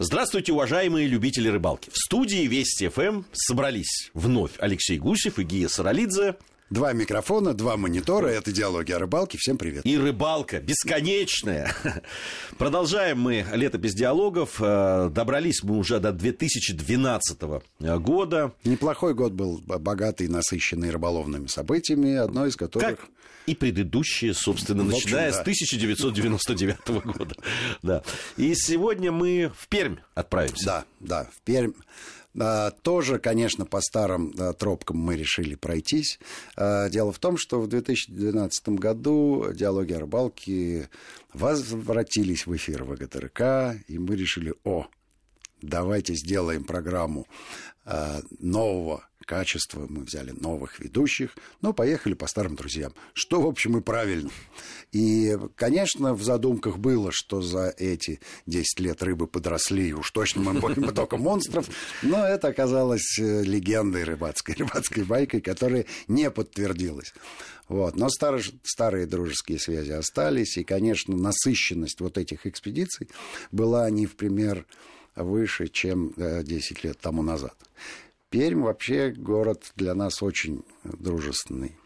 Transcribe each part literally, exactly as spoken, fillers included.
Здравствуйте, уважаемые любители рыбалки. В студии Вести ФМ собрались вновь Алексей Гусев и Гия Саралидзе. Два микрофона, два монитора. Это «Диалоги о рыбалке». Всем привет. И рыбалка бесконечная. Продолжаем мы лето без диалогов. Добрались мы уже до две тысячи двенадцатого года. Неплохой год был, богатый, насыщенный рыболовными событиями, одно из которых... Как и предыдущие, собственно, общем, начиная да. с тысяча девятьсот девяносто девятого года. Да. И сегодня мы в Пермь отправимся. Да, да, в Пермь. А, тоже, конечно, по старым а, тропкам мы решили пройтись. А, дело в том, что в две тысячи двенадцатом году «Диалоги о рыбалке» возвратились в эфир ВГТРК, и мы решили, о, давайте сделаем программу а, нового качества. Мы взяли новых ведущих, но поехали по старым друзьям, что, в общем, и правильно. И, конечно, в задумках было, что за эти десять лет рыбы подросли, и уж точно мы будем потоком монстров, но это оказалось легендой рыбацкой, рыбацкой байкой, которая не подтвердилась. Вот. Но старые, старые дружеские связи остались, и, конечно, насыщенность вот этих экспедиций была не в пример выше, чем десять лет тому назад. Пермь вообще город для нас очень дружественный.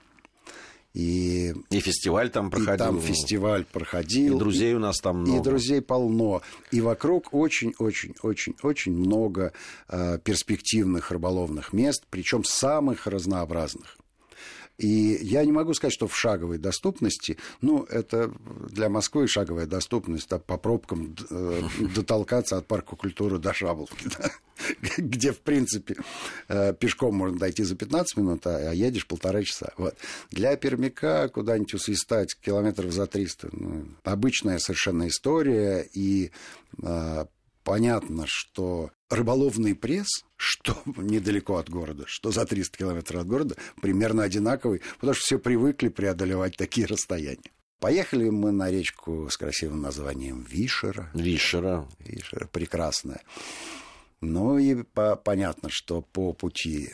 И, и фестиваль там проходил. И там фестиваль проходил. И друзей у нас там много. И друзей полно. И вокруг очень-очень-очень-очень много э, перспективных рыболовных мест, причем самых разнообразных. И я не могу сказать, что в шаговой доступности, ну, это для Москвы шаговая доступность, да, по пробкам э, дотолкаться от парка культуры до Шаболовки, да, где, в принципе, э, пешком можно дойти за пятнадцать минут, а, а едешь полтора часа. Вот. Для пермяка куда-нибудь усвистать километров за триста, ну, обычная совершенно история, и э, понятно, что рыболовный пресс, что недалеко от города, что за триста километров от города, примерно одинаковый, потому что все привыкли преодолевать такие расстояния. Поехали мы на речку с красивым названием Вишера. Вишера. Вишера, прекрасная. Ну и по- понятно, что по пути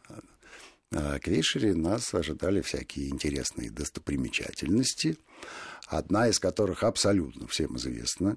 к Вишере нас ожидали всякие интересные достопримечательности, одна из которых абсолютно всем известна.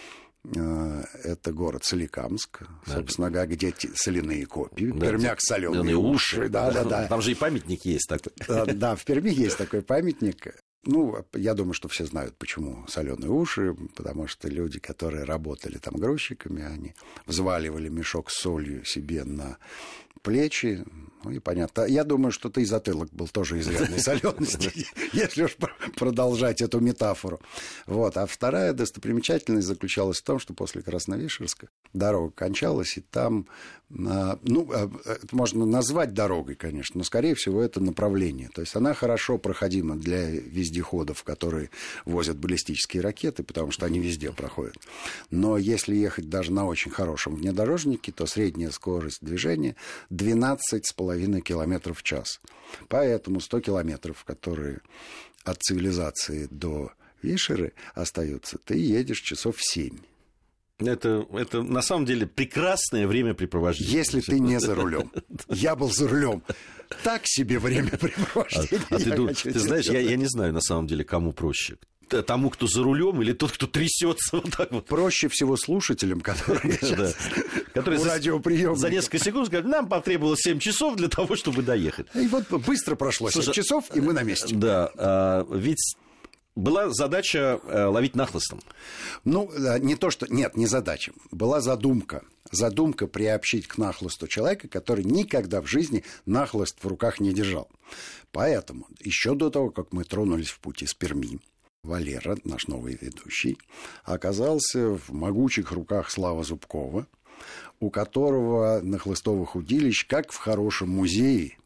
Это город Соликамск, да. Собственно говоря, где соляные копии, да, Пермяк соленые уши. уши. Да, да, да. Там же и памятник есть такой. Да, да, в Перми есть такой памятник. Ну, я думаю, что все знают, почему соленые уши, потому что люди, которые работали там грузчиками, они взваливали мешок с солью себе на плечи. Ну и понятно. Я думаю, что ты и затылок был тоже изрядной солености, если уж продолжать эту метафору. Вот. А вторая достопримечательность заключалась в том, что после Красновишерска дорога кончалась, и там, ну, это можно назвать дорогой, конечно, но, скорее всего, это направление. То есть она хорошо проходима для вездеходов, которые возят баллистические ракеты, потому что они везде проходят. Но если ехать даже на очень хорошем внедорожнике, то средняя скорость движения двенадцать с половиной километров в час. Поэтому сто километров, которые от цивилизации до Вишеры остаются, ты едешь часов в семь. Это, это на самом деле прекрасное времяпрепровождение. Если ты не за рулем. Я был за рулем. Так себе времяпрепровождение. А, а ты, ду- ты знаешь, я, я не знаю на самом деле, кому проще. Тому, кто за рулем, или тот, кто трясется вот так вот. Проще всего слушателям, которые да. которые за, за несколько секунд скажут, нам потребовалось семь часов для того, чтобы доехать. И вот быстро прошло семь часов, и мы на месте. Да, а, ведь была задача ловить нахлыстом. Ну, не то, что... Нет, не задача. Была задумка. Задумка приобщить к нахлысту человека, который никогда в жизни нахлыст в руках не держал. Поэтому еще до того, как мы тронулись в путь из Перми, Валера, наш новый ведущий, оказался в могучих руках Славы Зубкова, у которого нахлыстовых удилищ, как в хорошем музее.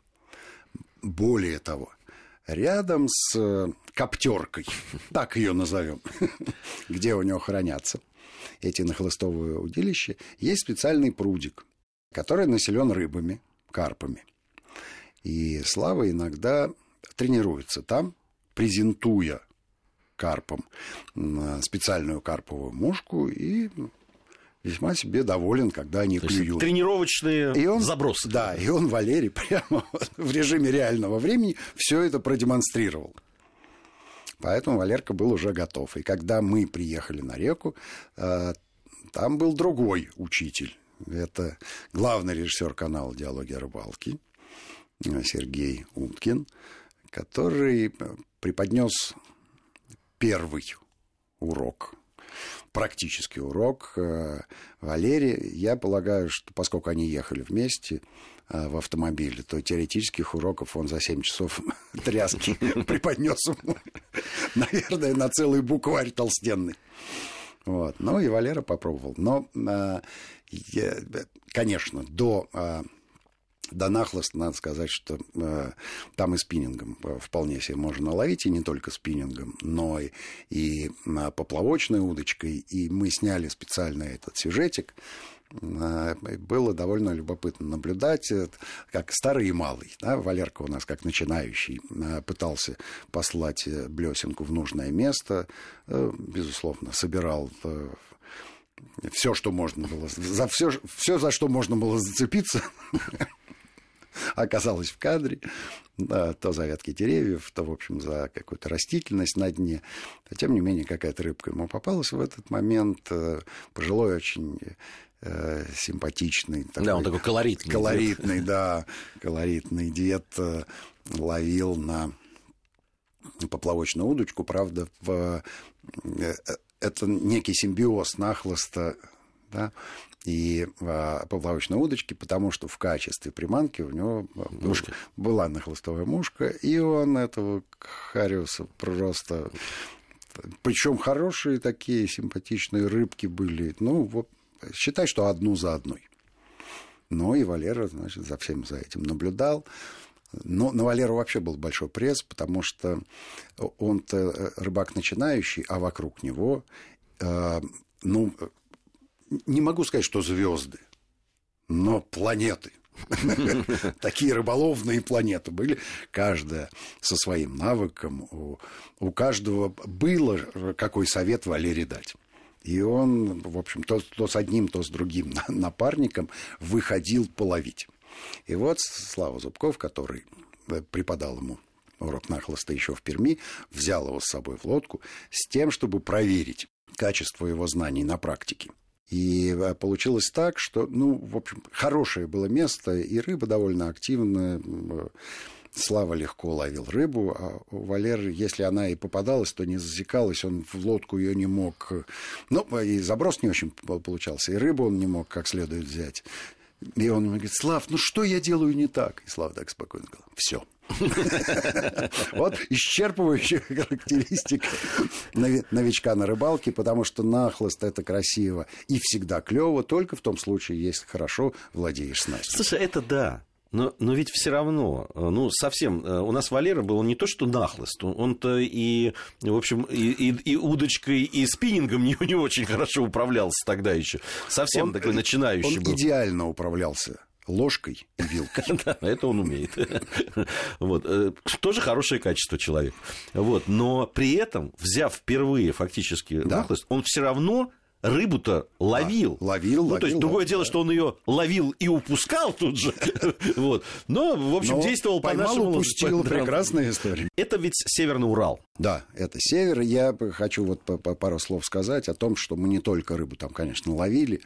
Более того, рядом с коптеркой, так ее назовем, где у него хранятся эти нахлыстовые удилища, есть специальный прудик, который населен рыбами, карпами. И Слава иногда тренируется там, презентуя карпам специальную карповую мушку, и весьма себе доволен, когда они клюют. Тренировочные и он, забросы. Да, и он, Валерий, прямо в режиме реального времени все это продемонстрировал. Поэтому Валерка был уже готов. И когда мы приехали на реку, там был другой учитель. Это главный режиссер канала «Диалоги о рыбалке» Сергей Уткин, который преподнес первый урок, практический урок Валере. Я полагаю, что поскольку они ехали вместе в автомобиле, то теоретических уроков он за семь часов тряски преподнес ему, наверное, на целый букварь толстенный. Вот. Ну, и Валера попробовал. Но, конечно, до, до нахлоста надо сказать, что там и спиннингом вполне себе можно ловить, и не только спиннингом, но и, и поплавочной удочкой. И мы сняли специально этот сюжетик. Было довольно любопытно наблюдать, как старый и малый. Да? Валерка у нас, как начинающий, пытался послать блесенку в нужное место. Безусловно, собирал все, что можно было, за все, все, за что можно было зацепиться, оказалось в кадре. Да, то за ветки деревьев, то, в общем, за какую-то растительность на дне. Но, тем не менее, какая-то рыбка ему попалась в этот момент. Пожилой очень... симпатичный. Такой, да, он такой колоритный. Колоритный, дед. да. Колоритный дед ловил на поплавочную удочку. Правда, в... это некий симбиоз нахлоста, да, и поплавочной удочки, потому что в качестве приманки у него был, была нахлостовая мушка, и он этого хариуса просто... Причем хорошие такие симпатичные рыбки были. Ну, вот, считай, что одну за одной. Ну, и Валера, значит, за всем за этим наблюдал. Но на Валеру вообще был большой пресс, потому что он-то рыбак начинающий, а вокруг него, э, ну, не могу сказать, что звезды, но планеты. Такие рыболовные планеты были, каждая со своим навыком. У, у каждого было какой совет Валере дать. И он, в общем, то, то с одним, то с другим напарником выходил половить. И вот Слава Зубков, который преподал ему урок нахлоста еще в Перми, взял его с собой в лодку с тем, чтобы проверить качество его знаний на практике. И получилось так, что, ну, в общем, хорошее было место, и рыба довольно активная. Слава легко ловил рыбу, а у Валеры, если она и попадалась, то не засекалась, он в лодку ее не мог... Ну, и заброс не очень получался, и рыбу он не мог как следует взять. И он говорит: Слав, ну что я делаю не так? И Слава так спокойно сказал: все. Вот исчерпывающая характеристика новичка на рыбалке, потому что нахлост — это красиво и всегда клево, только в том случае, если хорошо владеешь снастью. Слушай, это да. Но, но ведь все равно, ну, совсем, у нас Валера был не то, что нахлост, он-то и, в общем, и, и, и удочкой, и спиннингом не, не очень хорошо управлялся тогда еще. Совсем он, такой начинающий он был. Он идеально управлялся ложкой и вилкой. Да, это он умеет. Вот. Тоже хорошее качество человека. Вот. Но при этом, взяв впервые фактически нахлост, он все равно... рыбу-то ловил. А, ловил, ну, ловил. То есть, другое ловил, дело, да. что он ее ловил и упускал тут же. Вот. Но, в общем, Но действовал по нашему... Поймал, упустил. Прекрасная история. Это ведь Северный Урал. Да, это север. Я хочу вот пару слов сказать о том, что мы не только рыбу там, конечно, ловили.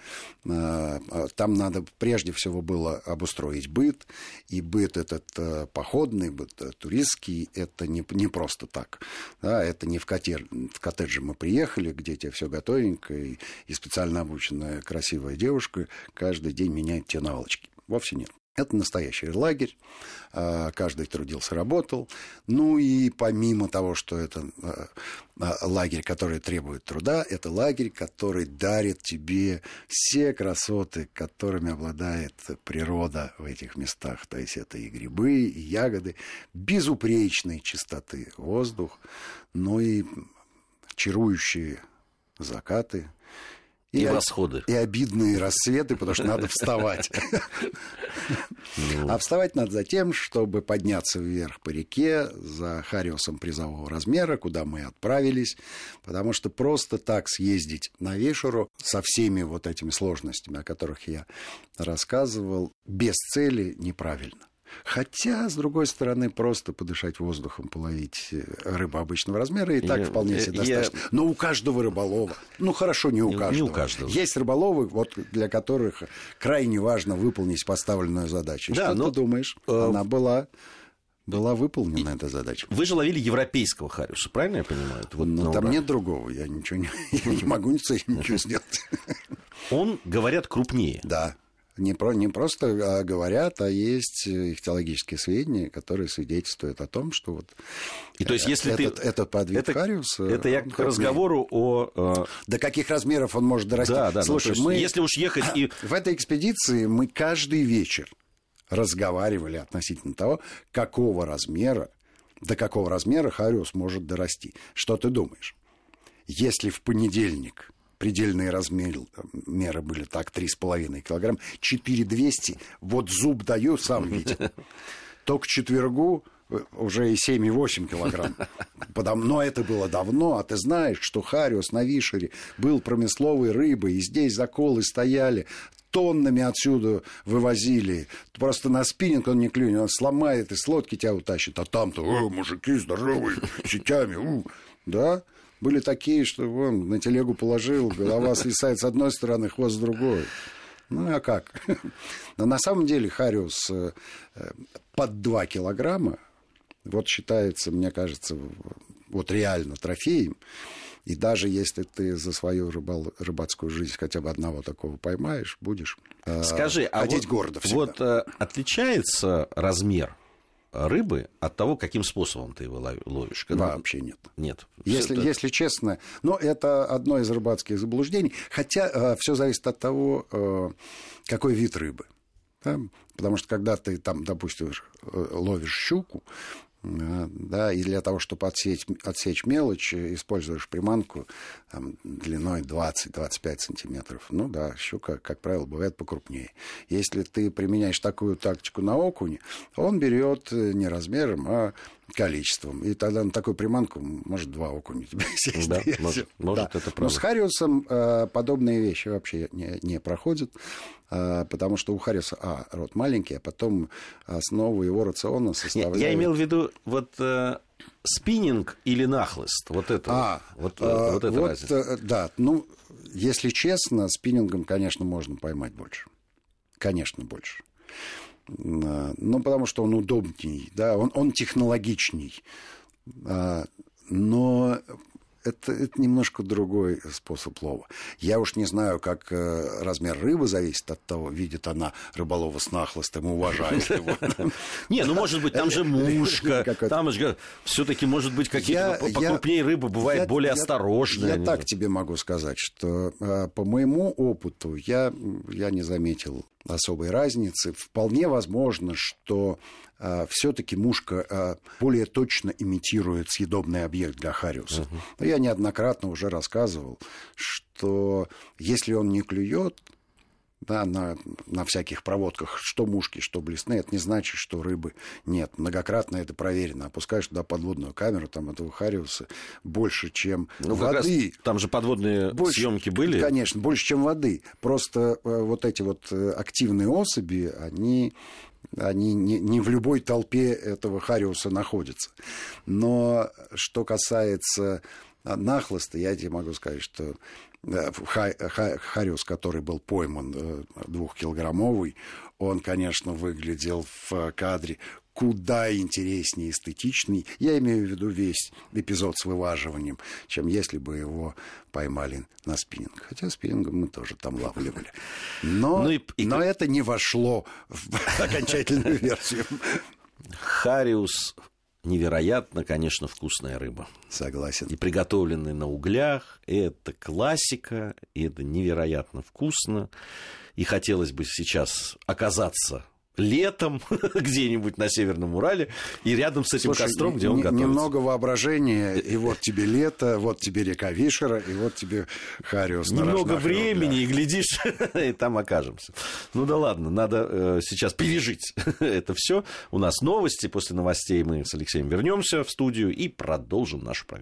Там надо прежде всего было обустроить быт. И быт этот походный, быт туристский, это не, не просто так. Да, это не в, коттедж, в коттедже мы приехали, где тебе все готовенько, и, и специально обученная красивая девушка каждый день меняет те наволочки. Вовсе нет. Это настоящий лагерь, каждый трудился, работал. Ну и помимо того, что это лагерь, который требует труда, это лагерь, который дарит тебе все красоты, которыми обладает природа в этих местах. То есть это и грибы, и ягоды, безупречной чистоты воздух, ну и чарующие закаты. И, и восходы. И обидные рассветы, потому что надо вставать. А вставать надо за тем, чтобы подняться вверх по реке за хариусом призового размера, куда мы отправились, потому что просто так съездить на Вешеру со всеми вот этими сложностями, о которых я рассказывал, без цели неправильно. Хотя, с другой стороны, просто подышать воздухом, половить рыбу обычного размера и так я, вполне себе я, достаточно. Я... Но у каждого рыболова, ну хорошо, не у каждого. Не у каждого. Есть рыболовы, вот, для которых крайне важно выполнить поставленную задачу. Да, что но... ты думаешь? Э... Она была... Была выполнена и эта задача. Вы же ловили европейского хариуса, правильно я понимаю? Вот ну, там нет другого, я ничего не, я не могу с этим ничего сделать. Он, говорят, крупнее. Да. Не, про, не просто говорят, а есть ихтиологические сведения, которые свидетельствуют о том, что вот и, то есть, если этот, ты... этот подвид это, хариуса... Это я к разговору о... До каких размеров он может дорасти. Да, да, слушай, ну, мы... если уж ехать и... В этой экспедиции мы каждый вечер разговаривали относительно того, какого размера, до какого размера хариус может дорасти. Что ты думаешь? Если в понедельник предельные размеры меры были так, три с половиной килограмма, четыре двести, вот зуб даю, сам видел, то к четвергу уже и семь и восемь килограмм. Но это было давно, а ты знаешь, что хариус на Вишере был промысловой рыбой, и здесь заколы стояли, тоннами отсюда вывозили. Просто на спиннинг он не клюнет, он сломает и с лодки тебя утащит. А там-то, о, мужики здоровые, сетями, у. Да, были такие, что вон на телегу положил, голова свисает с одной стороны, хвост с другой. Ну, а как? Но на самом деле хариус под два килограмма, вот считается, мне кажется, вот реально трофеем. И даже если ты за свою рыбал, рыбацкую жизнь хотя бы одного такого поймаешь, будешь Скажи, э, ходить а вот, гордо всегда. Вот э, отличается размер рыбы от того, каким способом ты его ловишь? Когда... Вообще нет. Нет. Если, это... если честно, но это одно из рыбацких заблуждений. Хотя э, все зависит от того, э, какой вид рыбы. Да? Потому что когда ты там, допустим, ловишь щуку, да, и для того, чтобы отсечь, отсечь мелочь, используешь приманку там, длиной двадцать-двадцать пять сантиметров. Ну да, щука, как правило, бывает покрупнее. Если ты применяешь такую тактику на окуне, он берет не размером, а количеством. И тогда на такую приманку может два окуня тебе сесть. Да, может, может да. Это правда. Но с хариусом э, подобные вещи вообще не, не проходят. Потому что у хариуса, а, рот маленький, а потом основу его рациона составляет... Я имел в виду вот э, спиннинг или нахлыст, вот это, а, вот, а, вот это вот, разница. Да, ну, если честно, спиннингом, конечно, можно поймать больше. Конечно, больше. Ну, потому что он удобней, да, он, он технологичней. Но... Это, это немножко другой способ лова. Я уж не знаю, как э, размер рыбы зависит от того, видит она рыболова с нахлыстом и уважает его. Не, ну, может быть, там же мушка, там же все-таки, может быть, какие-то покрупнее рыбы бывают более осторожные. Я так тебе могу сказать, что по моему опыту я не заметил особой разницы. Вполне возможно, что а, все-таки мушка а, более точно имитирует съедобный объект для хариуса. Uh-huh. Но я неоднократно уже рассказывал, что если он не клюет, да, на, на всяких проводках, что мушки, что блесны, это не значит, что рыбы нет. Многократно это проверено. Опускаешь туда подводную камеру, там этого хариуса больше, чем ну, воды. Там же подводные больше, съемки были? Конечно, больше, чем воды. Просто э, вот эти вот э, активные особи, они... Они не, не в любой толпе этого хариуса находятся. Но что касается нахлыста, я тебе могу сказать, что хариус, который был пойман двухкилограммовый, он, конечно, выглядел в кадре куда интереснее, эстетичней. Я имею в виду весь эпизод с вываживанием, чем если бы его поймали на спиннинг. Хотя спиннингом мы тоже там лавливали. Но, ну и, и... но это не вошло в окончательную версию. Хариус невероятно, конечно, вкусная рыба. Согласен. И приготовленный на углях. Это классика. И это невероятно вкусно. И хотелось бы сейчас оказаться летом где-нибудь на Северном Урале и рядом с этим Слушай, костром, где он н- готовится. Немного воображения, и вот тебе лето, вот тебе река Вишера, и вот тебе хариус. Немного времени, и глядишь, и там окажемся. Ну да ладно, надо э, сейчас пережить это все. У нас новости, после новостей мы с Алексеем вернемся в студию и продолжим нашу программу.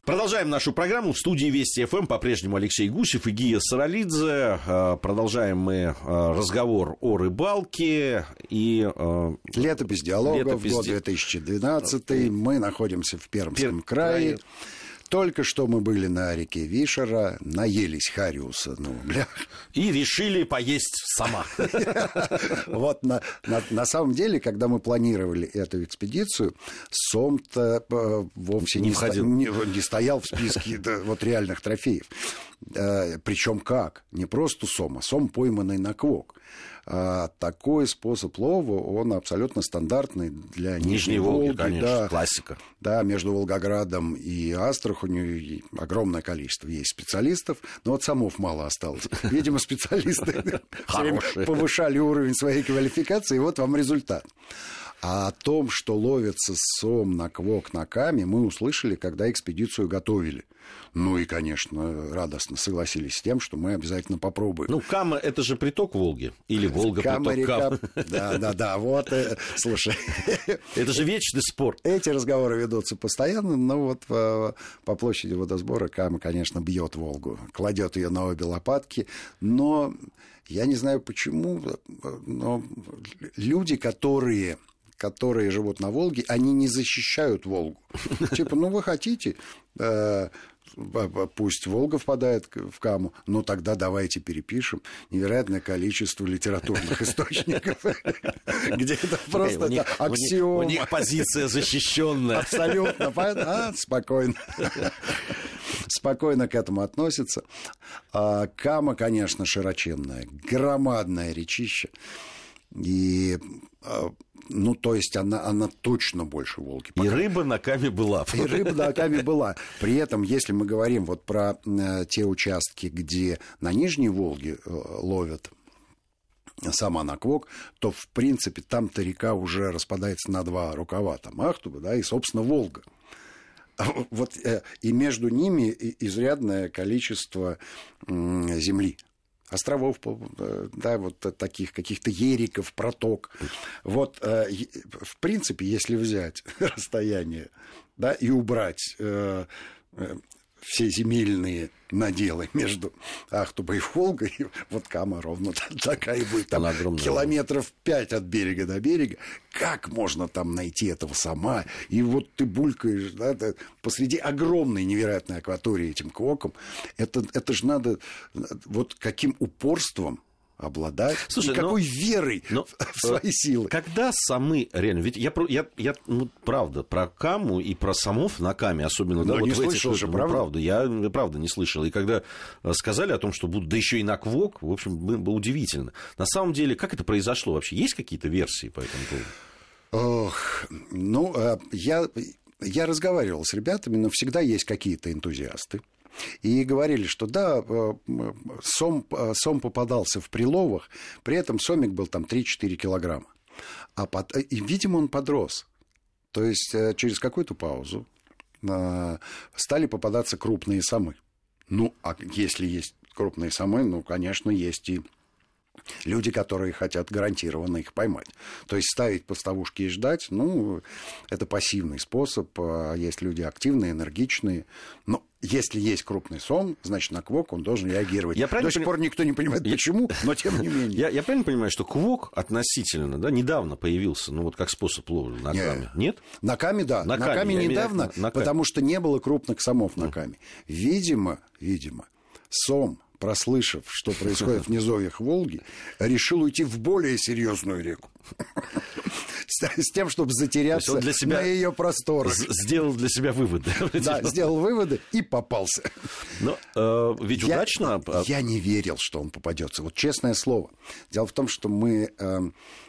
Продолжаем нашу программу. В студии Вести ФМ по-прежнему Алексей Гусев и Гия Саралидзе. Продолжаем мы разговор о рыбалке. И, Лето без диалогов, Лето без год ди... две тысячи двенадцатый. Мы находимся в Пермском Пер... крае. крае. Только что мы были на реке Вишера, наелись хариуса на углях. И решили поесть сама. Вот на самом деле, когда мы планировали эту экспедицию, сом-то вовсе не стоял в списке вот реальных трофеев. Причем как? Не просто сом, а сом, пойманный на квок. А такой способ лова, он абсолютно стандартный для Нижней, Нижней Волги. Волги конечно, да, классика. Да, между Волгоградом и Астраханью огромное количество есть специалистов, но вот самов мало осталось. Видимо, специалисты повышали уровень своей квалификации, и вот вам результат. А о том, что ловится сом на квок на каме, мы услышали, когда экспедицию готовили. Ну и, конечно, радостно согласились с тем, что мы обязательно попробуем. Ну, Кама — это же приток Волги. Или Волга — Кама, приток река... Кама. Да, да, да, вот, слушай. Это же вечный спор. Эти разговоры ведутся постоянно, но вот по площади водосбора Кама, конечно, бьет Волгу, кладет ее на обе лопатки, но я не знаю почему, но люди, которые... которые живут на Волге, они не защищают Волгу. Типа, ну, вы хотите, э, пусть Волга впадает в Каму, но тогда давайте перепишем невероятное количество литературных источников, где это просто аксиома. У них позиция защищенная. Абсолютно. Спокойно. Спокойно к этому относятся. Кама, конечно, широченная, громадная речища. И, ну, то есть она, она точно больше Волги. И рыба на Каме была. И рыба на Каме была. При этом, если мы говорим вот про э, те участки, где на Нижней Волге э, ловят сама на квок, то, в принципе, там-то река уже распадается на два рукава. Там Ахтуба, да, и, собственно, Волга. Вот, э, и между ними изрядное количество э, земли. Островов, да, вот таких каких-то ериков, проток. Вот, в принципе, если взять расстояние, да, и убрать э, все земельные наделы между Ахтубой и Волгой, вот Кама ровно такая будет, там километров пять от берега до берега. Как можно там найти этого сома? И вот ты булькаешь, да, посреди огромной невероятной акватории этим квоком. Это, это же надо вот каким упорством обладать. Слушай, и какой но, верой но, в свои силы. Когда самы реально... Ведь я, я, я ну, правда, про Каму и про самов на Каме особенно... Но да, не вот слышал этих, же, ну, правда? правда? Я правда не слышал. И когда сказали о том, что будут, да еще и на квок, в общем, было удивительно. На самом деле, как это произошло вообще? Есть какие-то версии по этому поводу? Ох, ну, я, я разговаривал с ребятами, но всегда есть какие-то энтузиасты. И говорили, что да, сом, сом попадался в приловах, при этом сомик был там три-четыре килограмма. А под... И, видимо, он подрос. То есть через какую-то паузу стали попадаться крупные самы. Ну, а если есть крупные самы, ну, конечно, есть и люди, которые хотят гарантированно их поймать. То есть ставить поставушки и ждать, ну, это пассивный способ. А есть люди активные, энергичные. Но если есть крупный сом, значит, на квок он должен реагировать. Я До сих пор никто не понимает, почему, но тем не менее. Я, я правильно понимаю, что квок относительно, да, недавно появился, ну, вот как способ лова на Каме? Нет? На Каме, да. На, на Каме недавно, на, на потому что не было крупных сомов на Каме. Видимо, видимо, сом, прослышав, что происходит в низовьях Волги, решил уйти в более серьезную реку. С тем, чтобы затеряться для себя на ее просторах. Сделал для себя выводы. Да, сделал выводы и попался. Но э, ведь я, удачно... Я не верил, что он попадется. Вот честное слово. Дело в том, что мы э,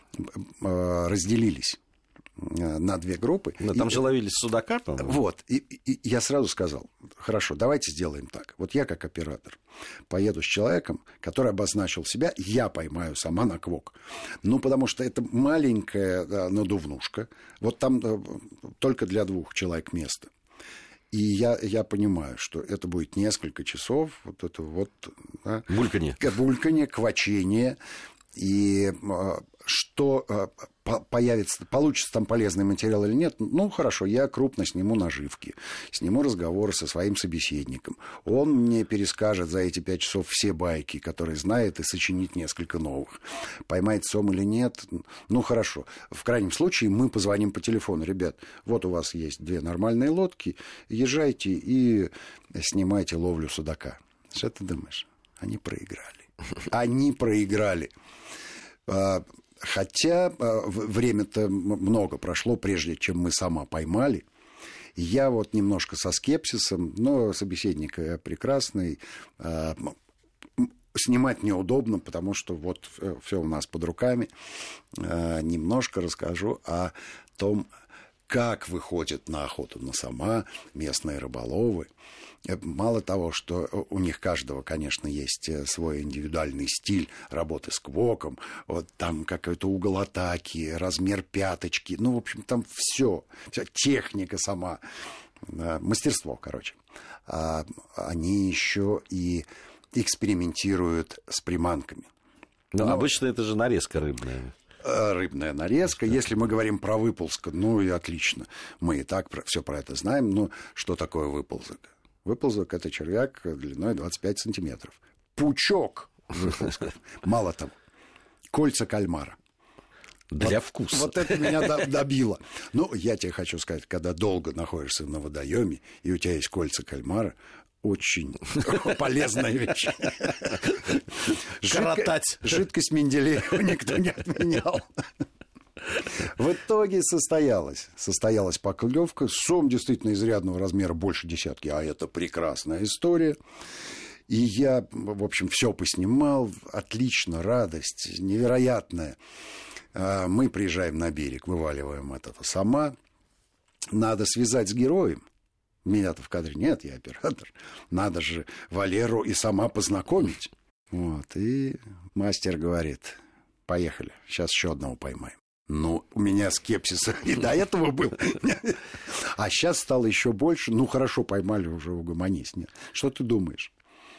э, разделились на две группы. Но там и, же ловились судака, по-моему. Вот. И, и, и я сразу сказал, хорошо, давайте сделаем так. Вот я, как оператор, поеду с человеком, который обозначил себя, я поймаю сама на квок. Ну, потому что это маленькая да, надувнушка. Вот там да, только для двух человек место. И я, я понимаю, что это будет несколько часов. Вот это вот... Да, бульканье. Бульканье, квачение. И что появится, получится там полезный материал или нет, ну, хорошо, я крупно сниму наживки, сниму разговоры со своим собеседником. Он мне перескажет за эти пять часов все байки, которые знает, и сочинит несколько новых. Поймает сом или нет, ну, хорошо. В крайнем случае мы позвоним по телефону. Ребят, вот у вас есть две нормальные лодки, езжайте и снимайте ловлю судака. Что ты думаешь? Они проиграли. Они проиграли. Хотя время-то много прошло, прежде чем мы сама поймали. Я вот немножко со скепсисом, но собеседник прекрасный. Снимать неудобно, потому что вот все у нас под руками. Немножко расскажу о том, как выходят на охоту на сома местные рыболовы. Мало того, что у них каждого, конечно, есть свой индивидуальный стиль работы с квоком, вот там какой-то угол атаки, размер пяточки, ну, в общем, там все, вся техника сама, мастерство, короче. А они еще и экспериментируют с приманками. Но ну, обычно это же нарезка рыбная. Рыбная нарезка. Да. Если мы говорим про выползка, ну и отлично. Мы и так про, все про это знаем. Но что такое выползок? Выползок — это червяк длиной двадцать пять сантиметров. Пучок выползков. Мало того, кольца кальмара. Для вот, вкуса. Вот это меня добило. Ну, я тебе хочу сказать, когда долго находишься на водоеме, и у тебя есть кольца кальмара, очень полезная вещь. Коротать. Жидкость Менделеева никто не отменял. В итоге состоялась. Состоялась поклевка. Сом действительно изрядного размера, больше десятки. А это прекрасная история. И я, в общем, все поснимал. Отлично, радость невероятная. Мы приезжаем на берег, вываливаем этого сома. Надо связать с героем. Меня-то в кадре нет, я оператор. Надо же Валеру и сама познакомить. Вот, и мастер говорит: поехали, сейчас еще одного поймаем. Ну, у меня скепсис и до этого был. А сейчас стало еще больше. Ну, хорошо, поймали, уже угомонись. Нет. Что ты думаешь?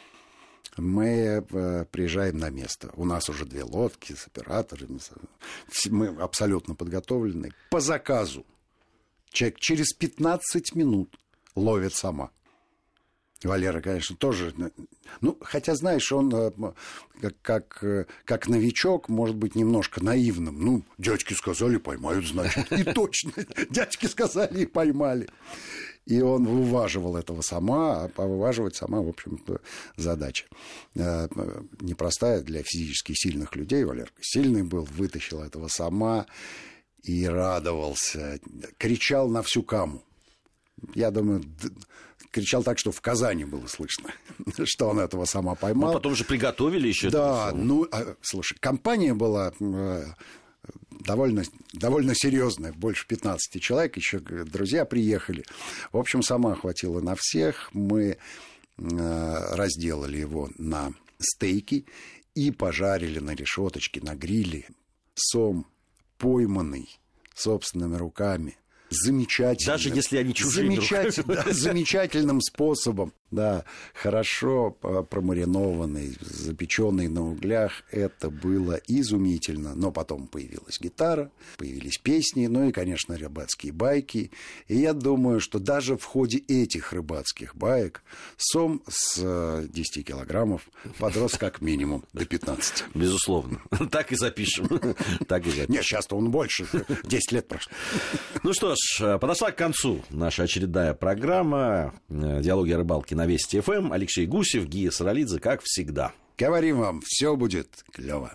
Мы приезжаем на место. У нас уже две лодки с операторами. Мы абсолютно подготовлены. По заказу. Человек через пятнадцать минут ловит сама. Валера, конечно, тоже... Ну, хотя, знаешь, он как, как, как новичок может быть немножко наивным. Ну, дядьки сказали, поймают, значит. И точно, дядьки сказали и поймали. И он вываживал этого сома, а повываживать сома, в общем-то, задача непростая для физически сильных людей. Валерка сильный был, вытащил этого сома и радовался. Кричал на всю каму. Я думаю, кричал так, что в Казани было слышно, что он этого сама поймал. Ну, потом же приготовили еще. Да, ну, а, слушай, компания была э, довольно, довольно серьезная, больше пятнадцати человек, еще друзья приехали. В общем, сама хватило на всех. Мы э, разделали его на стейки и пожарили на решеточке, на гриле. Сом пойманный собственными руками. Замечательным. Даже если они чужие. Замечатель, да, замечательным способом. Да, хорошо промаринованный, запеченный на углях. Это было изумительно. Но потом появилась гитара, появились песни, ну и, конечно, рыбацкие байки. И я думаю, что даже в ходе этих рыбацких баек сом с десяти килограммов подрос как минимум до пятнадцати. Безусловно. Так и запишем. Так и запишем. Нет, сейчас-то он больше. десять лет прошло. Ну что ж, подошла к концу наша очередная программа «Диалоги о рыбалке» на Вести эф эм. Алексей Гусев, Гия Саралидзе, как всегда. Говорим вам, все будет клево.